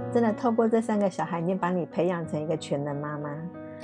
真的透过这3个小孩，已经把你培养成一个全能妈妈。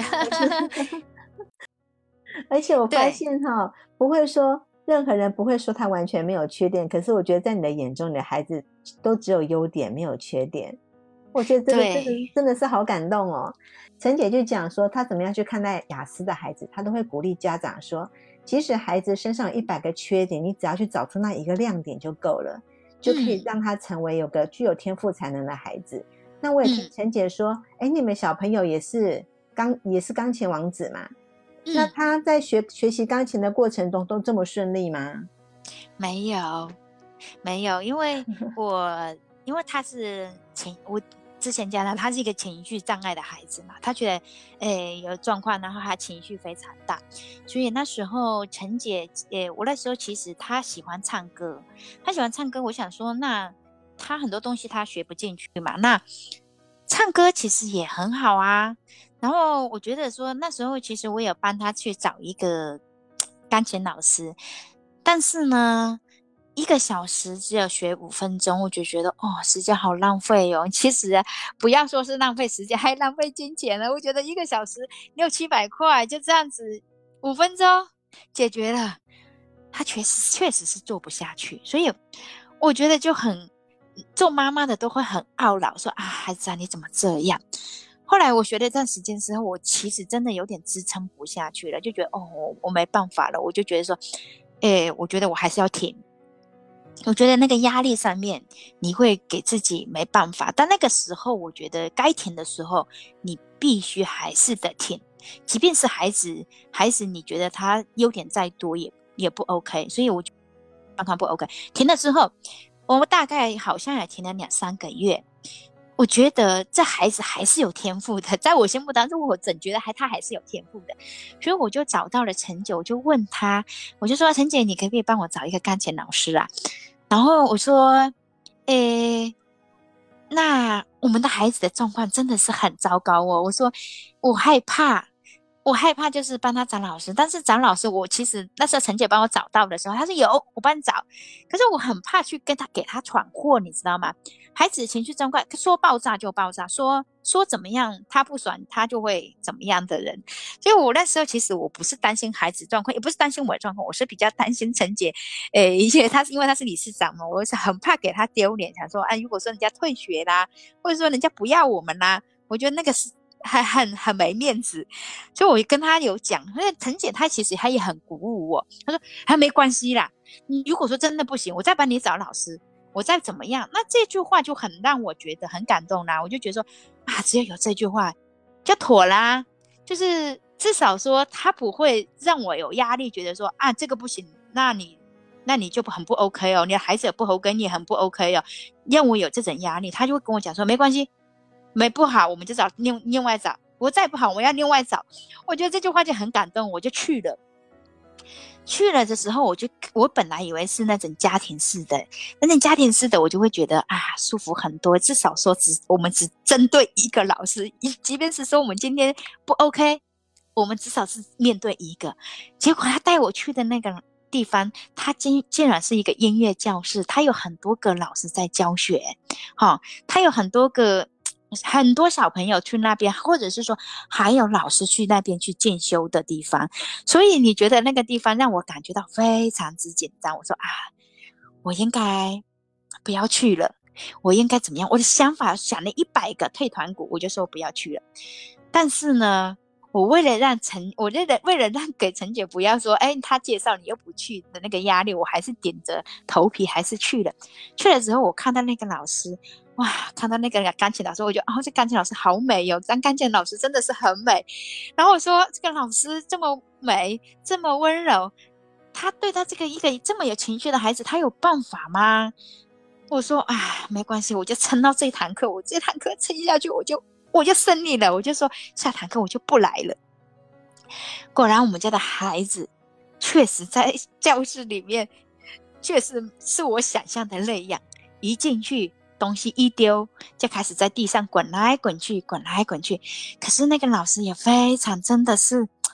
而且我发对现哈，不会说任何人不会说他完全没有缺点，可是我觉得在你的眼中，你的孩子都只有优点，没有缺点。我觉得对， 真的是好感动哦。陈姐就讲说，她怎么样去看待雅思的孩子，她都会鼓励家长说，即使孩子身上有100个缺点，你只要去找出那一个亮点就够了，就可以嗯让他成为有个具有天赋才能的孩子。那我也听嗯陈姐说，哎，你们小朋友也是钢琴王子嘛？那嗯， 他在学习钢琴的过程中都这么顺利吗？ 没有。没有，因为他是我之前讲的，他是一个情绪障碍的孩子嘛，他觉得有状况，然后他情绪非常大，所以那时候陈姐，我那时候其实他喜欢唱歌，我想说那他很多东西他学不进去嘛，那唱歌其实也很好啊。然后我觉得说那时候其实我有帮他去找一个钢琴老师，但是呢，1个小时只有学5分钟，我就觉得哦，时间好浪费哦。其实啊不要说是浪费时间，还浪费金钱了。我觉得1个小时600-700块就这样子5分钟解决了，他确实是做不下去，所以我觉得就很做妈妈的都会很懊恼，说啊，孩子啊，你怎么这样？后来我学了一段时间之后，我其实真的有点支撑不下去了，就觉得哦，我没办法了，我就觉得说，我觉得我还是要停。我觉得那个压力上面，你会给自己没办法，但那个时候我觉得该停的时候，你必须还是得停，即便是孩子你觉得他优点再多也不 OK，所以我就让他不 OK。停了之后，我们大概好像也停了2-3个月。我觉得这孩子还是有天赋的，在我心目当中，我总觉得他还是有天赋的，所以我就找到了陈姐，我就问他，我就说陈姐，你可不可以帮我找一个钢琴老师啊？然后我说，诶，那我们的孩子的状况真的是很糟糕哦。我说我害怕，我害怕就是帮他找老师，但是找老师，我其实那时候陈姐帮我找到的时候，她说有，我帮你找。可是我很怕去给他闯祸，你知道吗？孩子情绪状况说爆炸就爆炸，说怎么样他不爽他就会怎么样的人。所以我那时候其实我不是担心孩子状况，也不是担心我的状况，我是比较担心陈姐，因为他是理事长嘛，我是很怕给他丢脸，想说，哎，如果说人家退学啦，或者说人家不要我们啦，我觉得那个是很没面子，所以我跟他有讲，因为陈姐她其实她也很鼓舞我，她说还没关系啦，你如果说真的不行，我再帮你找老师，我再怎么样，那这句话就很让我觉得很感动啦，我就觉得说啊，只要有这句话就妥啦，就是至少说他不会让我有压力，觉得说啊这个不行，那你就很不 OK 哦，你的孩子也不合格，你也很不 OK 哦，让我有这种压力，他就会跟我讲说没关系，没不好我们就找另外找，我再不好我要另外找，我觉得这句话就很感动，我就去了。去了的时候，我本来以为是那种家庭式的，那种家庭式的我就会觉得啊舒服很多，至少说我们只针对一个老师，即便是说我们今天不 OK，我们至少是面对一个。结果他带我去的那个地方，他竟然是一个音乐教室，他有很多个老师在教学，他有很多小朋友去那边，或者是说还有老师去那边去进修的地方，所以你觉得那个地方让我感觉到非常之紧张。我说啊，我应该不要去了，我应该怎么样？我的想法想了100个退团鼓，我就说不要去了。但是呢，为了让给陈姐不要说，哎，她介绍你又不去的那个压力，我还是顶着头皮还是去了。去了之后，我看到那个老师，哇，看到那个钢琴老师，我觉得哦，这钢琴老师好美哦，当钢琴老师真的是很美。然后我说，这个老师这么美，这么温柔，他对他这个一个这么有情绪的孩子，他有办法吗？我说啊，没关系，我就撑到这堂课，我这堂课撑下去，我就胜利了，我就说下堂课我就不来了。果然，我们家的孩子确实在教室里面，确实是我想象的那样。一进去，东西一丢，就开始在地上滚来滚去，滚来滚去。可是那个老师也非常，真的是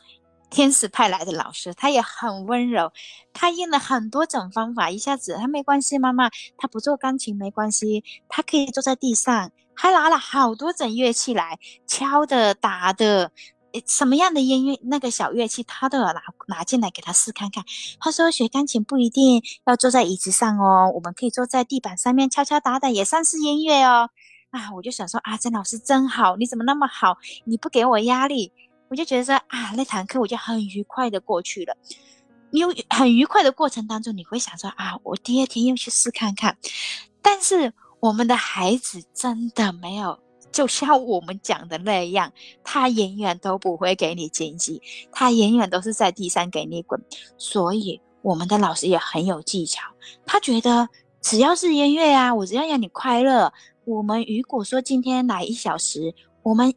天使派来的老师，他也很温柔，他用了很多种方法，一下子他没关系，妈妈，他不做钢琴没关系，他可以坐在地上，还拿了好多种乐器来，敲的、打的，什么样的音乐那个小乐器，他都有拿进来给他试看看。他说学钢琴不一定要坐在椅子上哦，我们可以坐在地板上面敲敲打打，也算是音乐哦。啊，我就想说啊，曾老师真好，你怎么那么好？你不给我压力，我就觉得说啊，那堂课我就很愉快的过去了。你有很愉快的过程当中，你会想说啊，我第二天又去试看看。但是我们的孩子真的没有，就像我们讲的那样，他永远都不会给你惊喜，他永远都是在地上给你滚。所以我们的老师也很有技巧，他觉得只要是音乐啊，我只要让你快乐。我们如果说今天来1小时，我们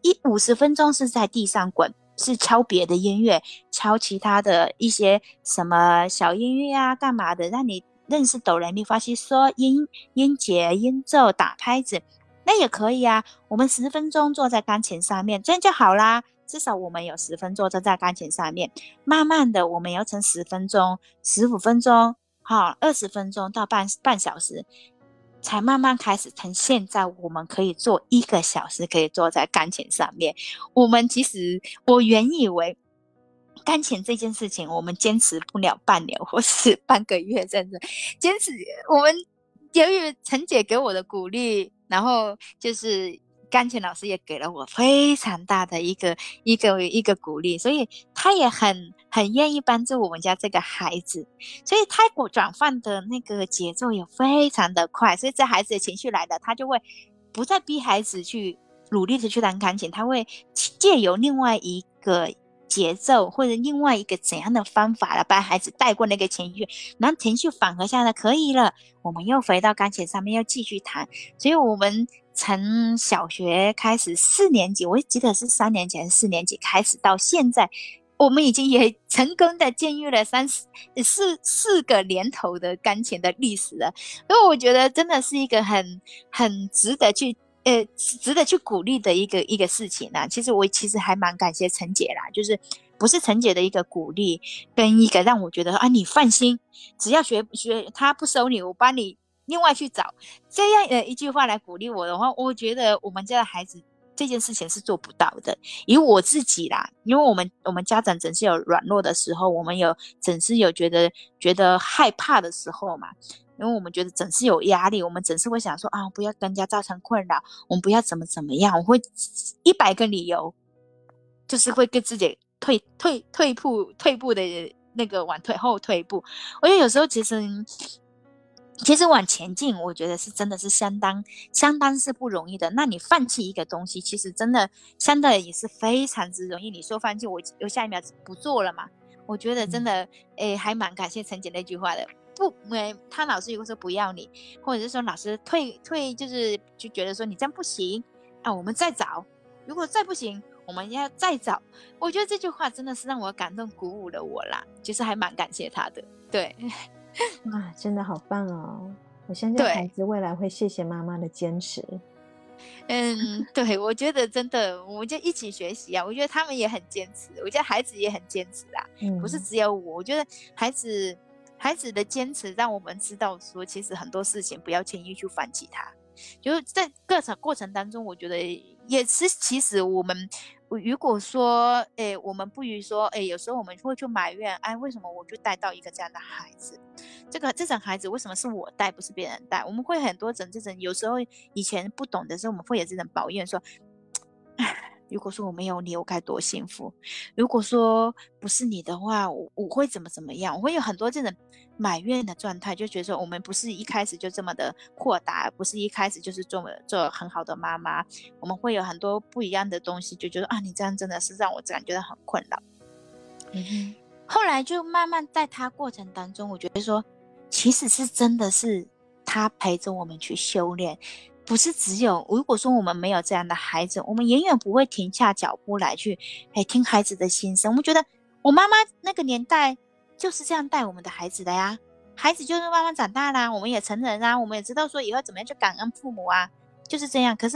50分钟是在地上滚，是敲别的音乐，敲其他的一些什么小音乐啊，干嘛的，让你认识哆来咪发西嗦音节、音奏、打拍子，那也可以啊。我们10分钟坐在钢琴上面，这样就好啦。至少我们有10分钟坐在钢琴上面，慢慢的我们要从10分钟、15分钟、20分钟到半小时。才慢慢开始，从现在我们可以做1个小时，可以坐在钢琴上面。其实我原以为钢琴这件事情，我们坚持不了半年或是半个月，真的坚持。我们由于陈姐给我的鼓励，然后就是钢琴老师也给了我非常大的一个鼓励，所以他也很愿意帮助我们家这个孩子，所以他转换的那个节奏也非常的快，所以这孩子的情绪来了，他就会不再逼孩子去努力的去弹钢琴，他会借由另外一个节奏或者另外一个怎样的方法来把孩子带过那个情绪，然后情绪缓和下来，可以了，我们又回到钢琴上面又继续弹。所以我们从小学开始4年级，我记得是3年级还是4年级开始到现在，我们已经也成功的建立了四个年头的钢琴的历史了。所以我觉得真的是一个很值得去鼓励的一个事情啦。其实还蛮感谢陈姐啦，就是不是陈姐的一个鼓励，跟一个让我觉得啊，你放心，只要学他不收你，我帮你另外去找，这样一句话来鼓励我的话，我觉得我们家的孩子这件事情是做不到的。以我自己啦，因为我们家长总是有软弱的时候，我们总是有觉得害怕的时候嘛。因为我们觉得总是有压力，我们总是会想说啊，不要跟人家造成困扰，我们不要怎么样，我会100个理由，就是会跟自己退步的那个往后退一步。我觉得有时候其实往前进，我觉得是真的是相当是不容易的。那你放弃一个东西，其实真的相对也是非常之容易。你说放弃，我下一秒不做了嘛？我觉得真的，还蛮感谢陈姐那句话的。不，他老师如果说不要你，或者是说老师退，就觉得说你这样不行啊，我们再找。如果再不行，我们要再找。我觉得这句话真的是让我感动鼓舞了我啦，就是还蛮感谢他的。对。 哇，真的好棒哦！我相信孩子未来会谢谢妈妈的坚持。 对，我觉得真的，我们就一起学习啊！我觉得他们也很坚持，我觉得孩子也很坚持啊，不是只有我。我觉得孩子的坚持让我们知道说，其实很多事情不要轻易去放弃它。就是在过程当中，我觉得也是，其实我们如果说，我们不如说，有时候我们会去埋怨，哎，为什么我就带到一个这样的孩子？这种孩子为什么是我带，不是别人带？我们会很多这种，有时候以前不懂的时候，我们会有这种抱怨说，如果说我没有你，我该多幸福。如果说不是你的话，我会怎么样？我会有很多这种埋怨的状态，就觉得说我们不是一开始就这么的豁达，不是一开始就是做很好的妈妈，我们会有很多不一样的东西，就觉得啊，你这样真的是让我感觉到很困扰。后来就慢慢在他过程当中，我觉得说，其实是真的是他陪着我们去修炼。不是只有，如果说我们没有这样的孩子，我们永远不会停下脚步来去听孩子的心声。我们觉得我妈妈那个年代就是这样带我们的孩子的呀，孩子就是慢慢长大啦，我们也成人啊，我们也知道说以后怎么样去感恩父母啊，就是这样。可是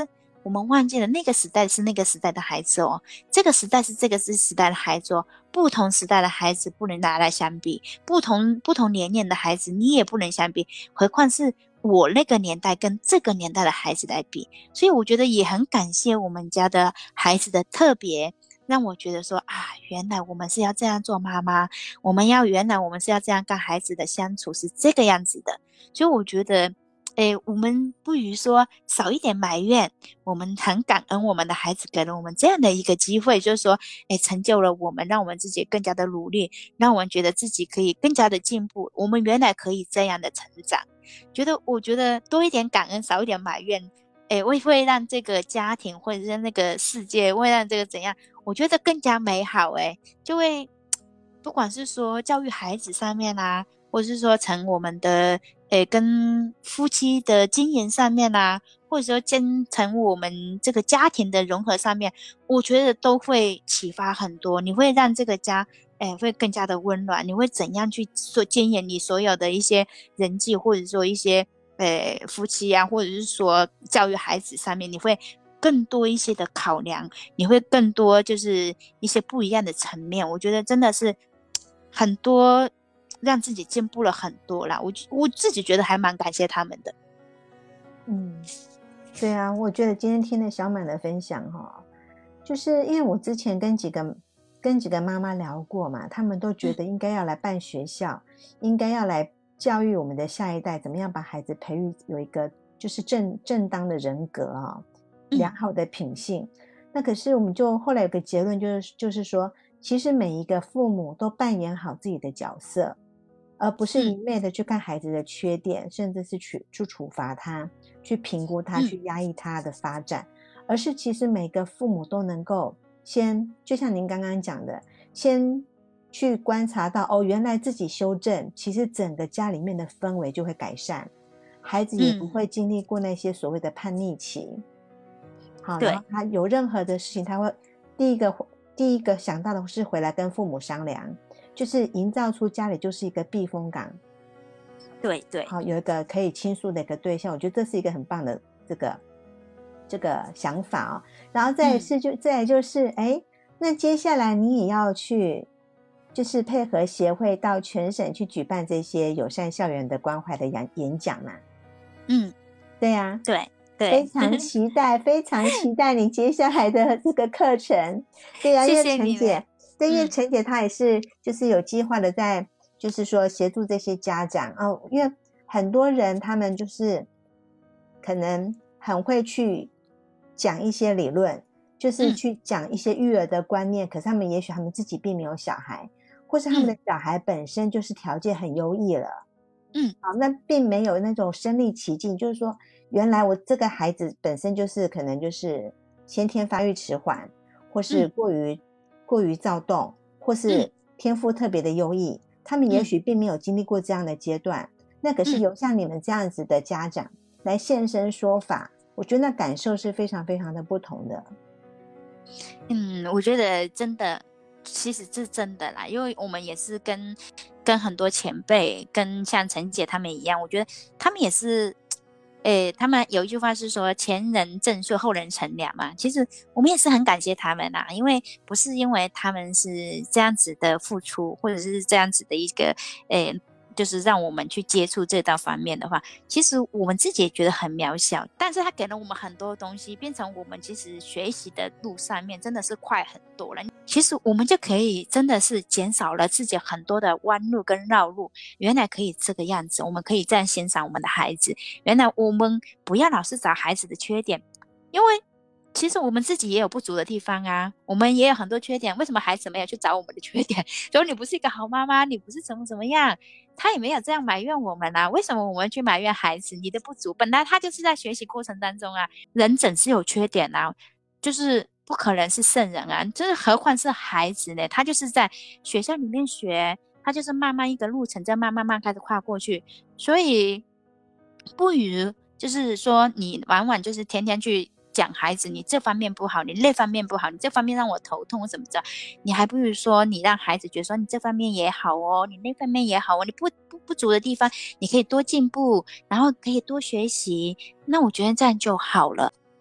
我们忘记了那个时代是那个时代的孩子哦，这个时代是这个时代的孩子哦，不同时代的孩子不能拿来相比，不同年龄的孩子你也不能相比，何况是我那个年代跟这个年代的孩子来比。所以我觉得也很感谢我们家的孩子的特别，让我觉得说啊，原来我们是要这样做妈妈，原来我们是要这样跟孩子的相处是这个样子的。所以我觉得我们不如说少一点埋怨，我们很感恩我们的孩子给了我们这样的一个机会，就是说成就了我们，让我们自己更加的努力，让我们觉得自己可以更加的进步，我们原来可以这样的成长。我觉得多一点感恩，少一点埋怨，会让这个家庭或者是那个世界，会让这个怎样，我觉得更加美好。就会不管是说教育孩子上面啊，或者是说从我们的跟夫妻的经营上面啊，或者说从我们这个家庭的融合上面，我觉得都会启发很多。你会让这个家会更加的温暖。你会怎样去做经营你所有的一些人际，或者说一些夫妻啊，或者是说教育孩子上面，你会更多一些的考量，你会更多就是一些不一样的层面。我觉得真的是很多让自己进步了很多啦。我自己觉得还蛮感谢他们的。 对啊，我觉得今天听了小满的分享就是因为我之前跟几个妈妈聊过嘛，他们都觉得应该要来办学校，应该要来教育我们的下一代，怎么样把孩子培育有一个就是正当的人格良好的品性。那可是我们就后来有个结论，就是说，其实每一个父母都扮演好自己的角色，而不是一昧的去看孩子的缺点，甚至是去处罚他，去评估他，去压抑他的发展，而是其实每个父母都能够先，就像您刚刚讲的，先去观察到原来自己修正，其实整个家里面的氛围就会改善，孩子也不会经历过那些所谓的叛逆期。好，然后他有任何的事情，他会第一个想到的是回来跟父母商量，就是营造出家里就是一个避风港。 对， 好，有一个可以倾诉的一个对象，我觉得这是一个很棒的这个想法然后再来就是那接下来你也要去就是配合协会到全省去举办这些友善校园的关怀的演讲嘛。对啊， 对， 非常期待非常期待你接下来的这个课程。对啊，因为陈姐因为陈姐她也是就是有计划的在就是说协助这些家长因为很多人他们就是可能很会去讲一些理论，就是去讲一些育儿的观念，可是也许他们自己并没有小孩，或是他们的小孩本身就是条件很优异了好，那并没有那种身临其境，就是说原来我这个孩子本身就是可能就是先天发育迟缓，或是过于躁动，或是天赋特别的优异，他们也许并没有经历过这样的阶段，那可是由像你们这样子的家长来现身说法，我觉得那感受是非常非常的不同的。 我觉得真的其实是真的啦，因为我们也是跟很多前辈，跟像陈姐他们一样，我觉得他们也是他们有一句话是说前人正岁后人乘凉嘛，其实我们也是很感谢他们因为不是因为他们是这样子的付出，或者是这样子的一个就是让我们去接触这道方面的话，其实我们自己也觉得很渺小，但是他给了我们很多东西，变成我们其实学习的路上面真的是快很多了。其实我们就可以真的是减少了自己很多的弯路跟绕路，原来可以这个样子，我们可以这样欣赏我们的孩子，原来我们不要老是找孩子的缺点，因为其实我们自己也有不足的地方我们也有很多缺点，为什么孩子没有去找我们的缺点？说你不是一个好妈妈，你不是怎么样，他也没有这样埋怨我们为什么我们去埋怨孩子你的不足？本来他就是在学习过程当中人总是有缺点就是不可能是圣人就是何况是孩子呢？他就是在学校里面学，他就是慢慢一个路程再慢慢开始跨过去，所以不如就是说你往往就是天天去讲孩子你这方面不好，你那方面不好，你这方面让我头痛怎么着，你还不如说你让孩子觉得说你这方面也好你那方面也好你不足的地方你可以多进步，然后可以多学习，那我觉得这样就好了。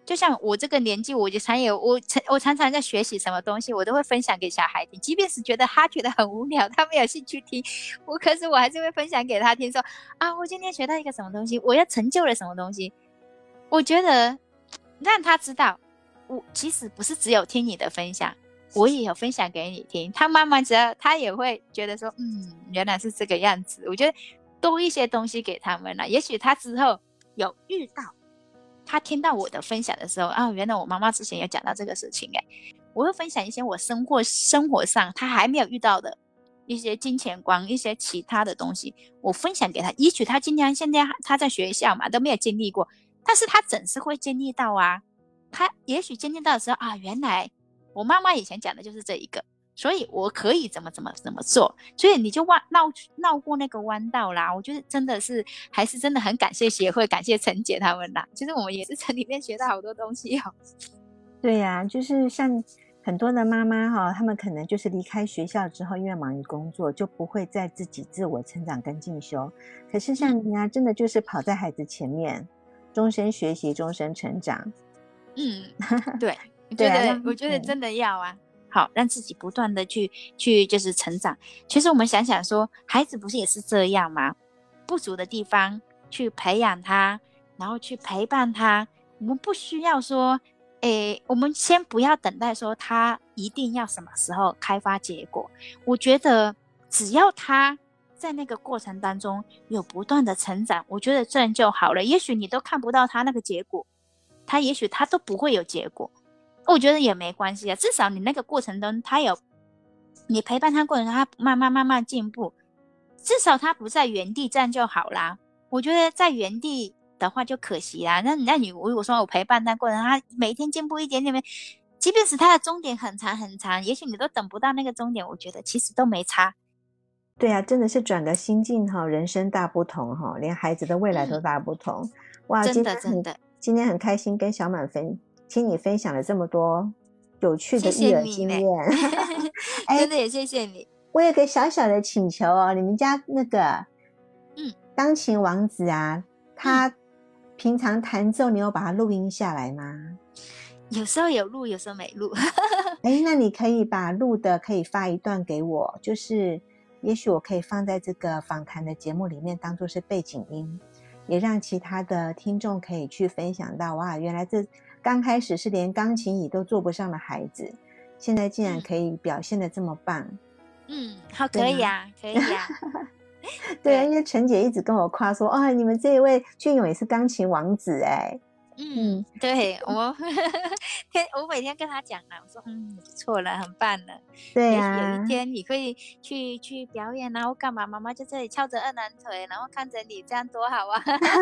就像我这个年纪，我常常在学习什么东西，我都会分享给小孩听，即便是他觉得很无聊，他没有兴趣听，可是我还是会分享给他听，说啊，我今天学到一个什么东西，我要成就了什么东西。我觉得让他知道，我其实不是只有听你的分享，我也有分享给你听。他慢慢他也会觉得说，原来是这个样子。我觉得多一些东西给他们了，也许他之后有遇到，他听到我的分享的时候，原来我妈妈之前有讲到这个事情，我会分享一些我生活上他还没有遇到的一些金钱观，一些其他的东西，我分享给他。也许他现在他在学校嘛，都没有经历过，但是他总是会经历到啊。他也许经历到的时候原来我妈妈以前讲的就是这一个，所以我可以怎么做，所以你就绕过那个弯道啦。我觉得真的是还是真的很感谢协会，感谢陈姐他们啦。其实我们也是从里面学到好多东西哦。 对呀，就是像很多的妈妈他们可能就是离开学校之后，因为忙于工作，就不会再自己自我成长跟进修。可是像您真的就是跑在孩子前面，终身学习，终身成长。 对，我觉得真的要啊。好，让自己不断的去就是成长。其实我们想想说，孩子不是也是这样吗？不足的地方去培养他，然后去陪伴他。我们不需要说，我们先不要等待说他一定要什么时候开发结果。我觉得只要他在那个过程当中有不断的成长，我觉得这样就好了。也许你都看不到他那个结果，也许他都不会有结果，我觉得也没关系啊。至少你那个过程中，你陪伴他过程中，他慢慢进步，至少他不在原地，这样就好啦。我觉得在原地的话就可惜啦。那你如果说我陪伴他过程，他每天进步一点点，即便是他的终点很长很长，也许你都等不到那个终点，我觉得其实都没差。 对啊，真的是转个心境人生大不同连孩子的未来都大不同。哇， 真的今天很开心跟小满听你分享了这么多有趣的育儿经验。 真的也谢谢你。 我有个小小的请求你们家那个钢琴王子他平常弹奏你有把它录音下来吗？ 有时候有录，有时候没录。 那你可以把录的可以发一段给我，就是也许我可以放在这个访谈的节目里面当作是背景音，也让其他的听众可以去分享到，哇，原来这刚开始是连钢琴椅都坐不上的孩子，现在竟然可以表现得这么棒。 好，可以啊，可以啊。 对啊，因为陈姐一直跟我夸说，你们这一位俊勇也是钢琴王子对，我每天跟他讲啊，我说不错了，很棒了。 对也许有一天你可以去表演然后干嘛，妈妈就这里翘着二郎腿，然后看着你，这样多好啊。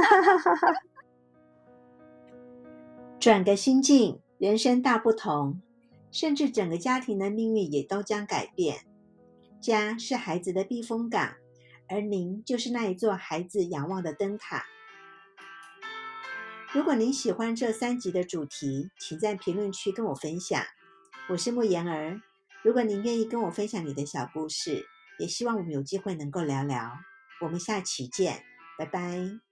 转个心境，人生大不同，甚至整个家庭的命运也都将改变。家是孩子的避风港，而您就是那一座孩子仰望的灯塔。如果您喜欢这3集的主题，请在评论区跟我分享。我是沐言儿，如果您愿意跟我分享你的小故事，也希望我们有机会能够聊聊。我们下期见，拜拜。